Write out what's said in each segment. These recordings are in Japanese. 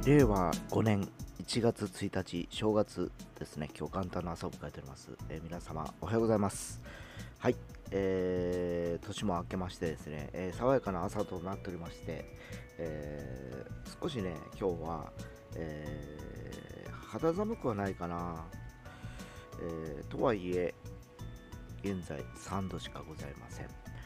令和5年1月1日正月ですね。今日元旦の朝を迎えております。皆様おはようございます。はい、年も明けましてですね、爽やかな朝となっておりまして、少しね今日は、肌寒くはないかな、とはいえ現在3度しかございません。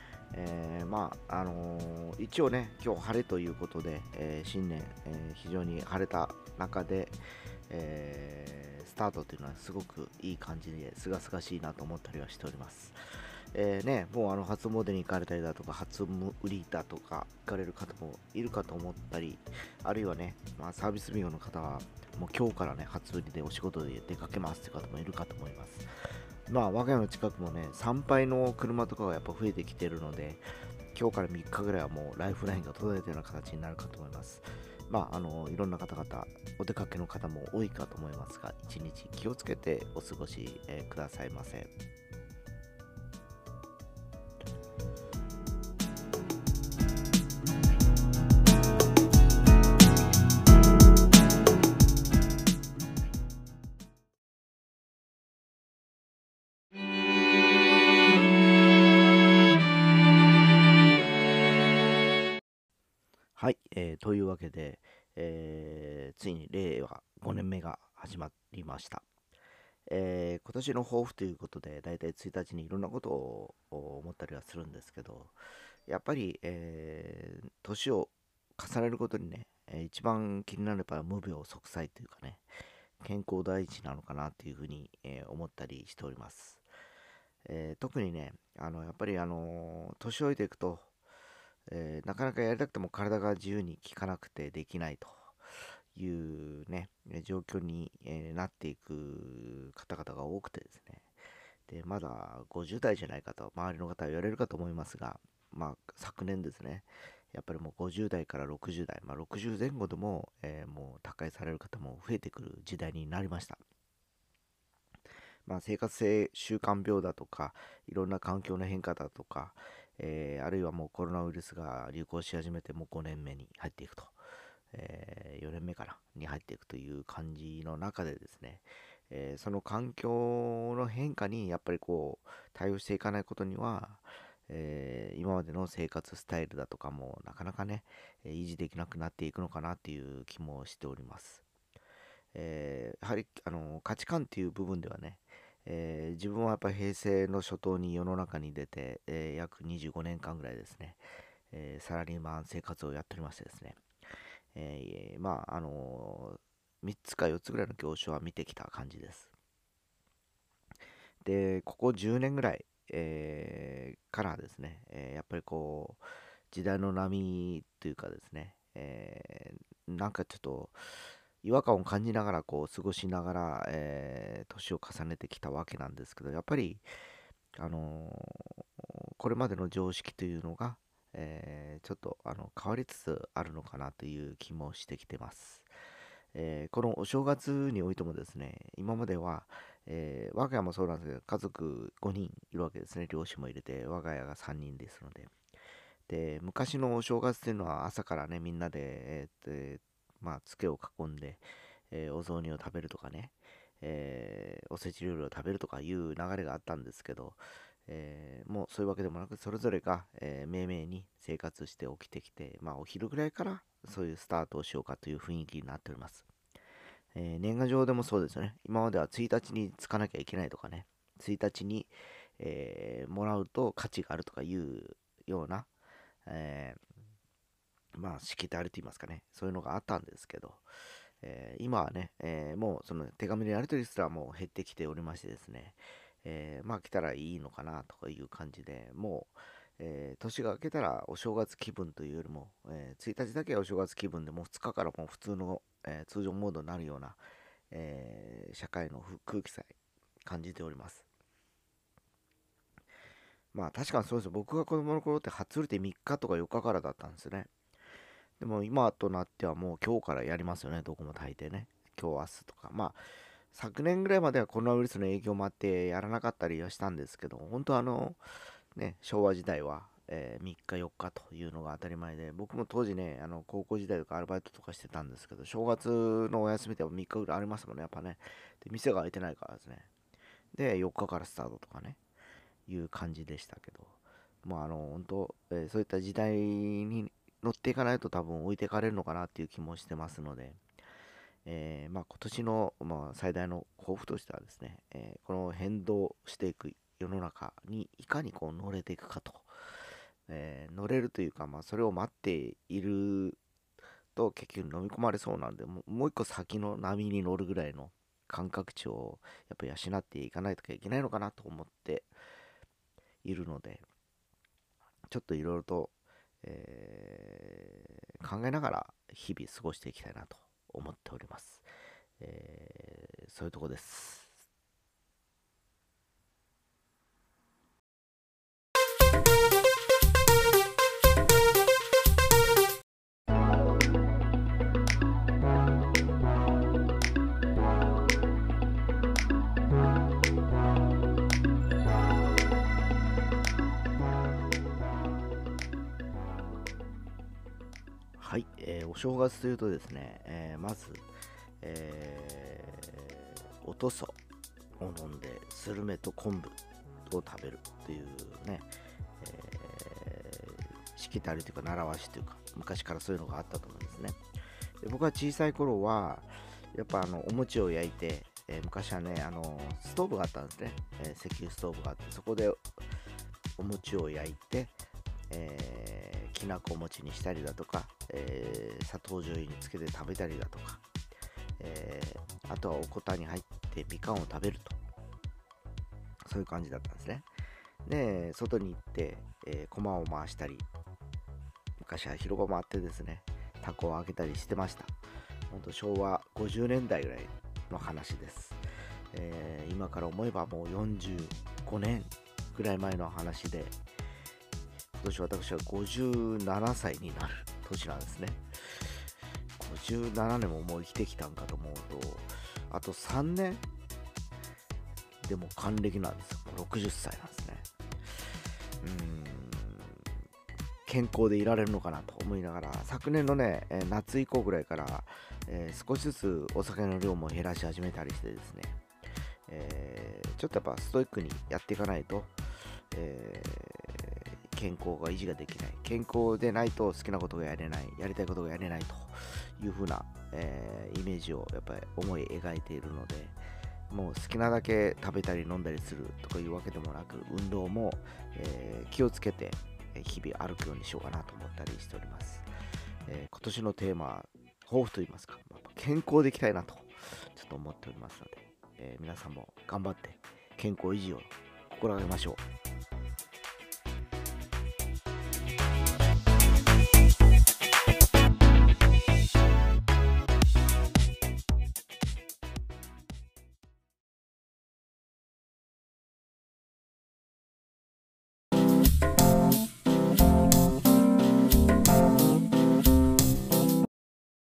一応ね今日晴れということで、新年、非常に晴れた中で、スタートというのはすごくいい感じで清々しいなと思ったりはしております。もう初詣に行かれたりだとか初売りだとか行かれる方もいるかと思ったり、あるいはね、サービス業の方はもう今日からね初売りでお仕事で出かけますという方もいるかと思います。我が家の近くもね参拝の車とかがやっぱ増えてきてるので、今日から3日ぐらいはもうライフラインが途絶えているような形になるかと思います。いろんな方々お出かけの方も多いかと思いますが、一日気をつけてお過ごし、くださいませ。はい、というわけで、ついに令和5年目が始まりました。今年の抱負ということで、だいたい1日にいろんなことを思ったりはするんですけど、やっぱり、年を重ねることにね、一番気になるのは無病息災というかね、健康第一なのかなというふうに、思ったりしております。特にね、やっぱり年老いていくと、なかなかやりたくても体が自由に効かなくてできないというね、状況に、なっていく方々が多くてですね。で、まだ50代じゃないかと周りの方は言われるかと思いますが、昨年ですね、やっぱりもう50代から60代、60前後でも、もう他界される方も増えてくる時代になりました。生活性習慣病だとか、いろんな環境の変化だとか、あるいはもうコロナウイルスが流行し始めてもう5年目に入っていくと、4年目かなに入っていくという感じの中でですね、その環境の変化にやっぱりこう対応していかないことには、今までの生活スタイルだとかもなかなかね、維持できなくなっていくのかなっていう気もしております。やはり価値観っていう部分ではね、自分はやっぱり平成の初頭に世の中に出て、約25年間ぐらいですね、サラリーマン生活をやっておりましてですね、3つか4つぐらいの業種は見てきた感じです。で、ここ10年ぐらい、からですね、やっぱりこう、時代の波というかですね、なんかちょっと違和感を感じながらこう過ごしながら、年を重ねてきたわけなんですけど、やっぱり、あのこれまでの常識というのが、ちょっと変わりつつあるのかなという気もしてきてます。このお正月においてもですね、今までは、我が家もそうなんですけど、家族5人いるわけですね、両親も入れて、我が家が3人ですので。で、昔のお正月というのは朝からね、みんなで、ツケを囲んで、お雑煮を食べるとかね、おせち料理を食べるとかいう流れがあったんですけど、もうそういうわけでもなく、それぞれが、めいめいに生活して起きてきて、お昼ぐらいからそういうスタートをしようかという雰囲気になっております。年賀状でもそうですよね。今までは1日につかなきゃいけないとかね、1日に、もらうと価値があるとかいうような、えしきたりと言いますかね、そういうのがあったんですけど、今はね、もうその手紙のやり取りすらもう減ってきておりましてですね、来たらいいのかなとかいう感じで、もう、年が明けたらお正月気分というよりも、1日だけはお正月気分でもう2日からもう普通の、通常モードになるような、社会の空気さえ感じております。確かにそうですよ。僕が子供の頃って初売りって3日とか4日からだったんですよね。でも今となってはもう今日からやりますよね、どこも大抵ね。今日、明日とか。昨年ぐらいまではコロナウイルスの影響もあってやらなかったりはしたんですけど、本当昭和時代は、 3日4日というのが当たり前で、僕も当時ね、高校時代とかアルバイトとかしてたんですけど、正月のお休みでも3日ぐらいありますもんね、やっぱね。で、店が開いてないからですね。で、4日からスタートとかね、いう感じでしたけど、本当、そういった時代に乗っていかないと多分置いていかれるのかなっていう気もしてますので、今年の、最大の抱負としてはですね、この変動していく世の中にいかにこう乗れていくかと、乗れるというか、それを待っていると結局飲み込まれそうなんで、もう一個先の波に乗るぐらいの感覚値をやっぱり養っていかないといけないのかなと思っているので、ちょっといろいろと、考えながら日々過ごしていきたいなと思っております。そういうとこです。はい、お正月というとですね、まず、おとそを飲んでスルメと昆布を食べるっていうね、しきたりというか習わしというか昔からそういうのがあったと思うんですね。で、僕は小さい頃はやっぱお餅を焼いて、昔はねストーブがあったんですね、石油ストーブがあって、そこでお餅を焼いて、きなこ餅にしたりだとか、砂糖醤油につけて食べたりだとか、あとはおこたに入ってみかんを食べると、そういう感じだったんですね。で、外に行って、駒を回したり、昔は広場回ってですね、タコを開けたりしてました。ほんと昭和50年代ぐらいの話です。今から思えばもう45年ぐらい前の話で、今年私は57歳になる年なんですね。57年ももう生きてきたんかと思うと、あと3年でも還暦なんですよ。もう60歳なんですね。健康でいられるのかなと思いながら、昨年のね、夏以降ぐらいから、少しずつお酒の量も減らし始めたりしてですね、ちょっとやっぱストイックにやっていかないと、健康が維持ができない、健康でないと好きなことがやれない、やりたいことがやれないという風な、イメージをやっぱり思い描いているので、もう好きなだけ食べたり飲んだりするとかいうわけでもなく、運動も、気をつけて日々歩くようにしようかなと思ったりしております。今年のテーマ、抱負といいますか、健康でいきたいなとちょっと思っておりますので、皆さんも頑張って健康維持を心がけましょう。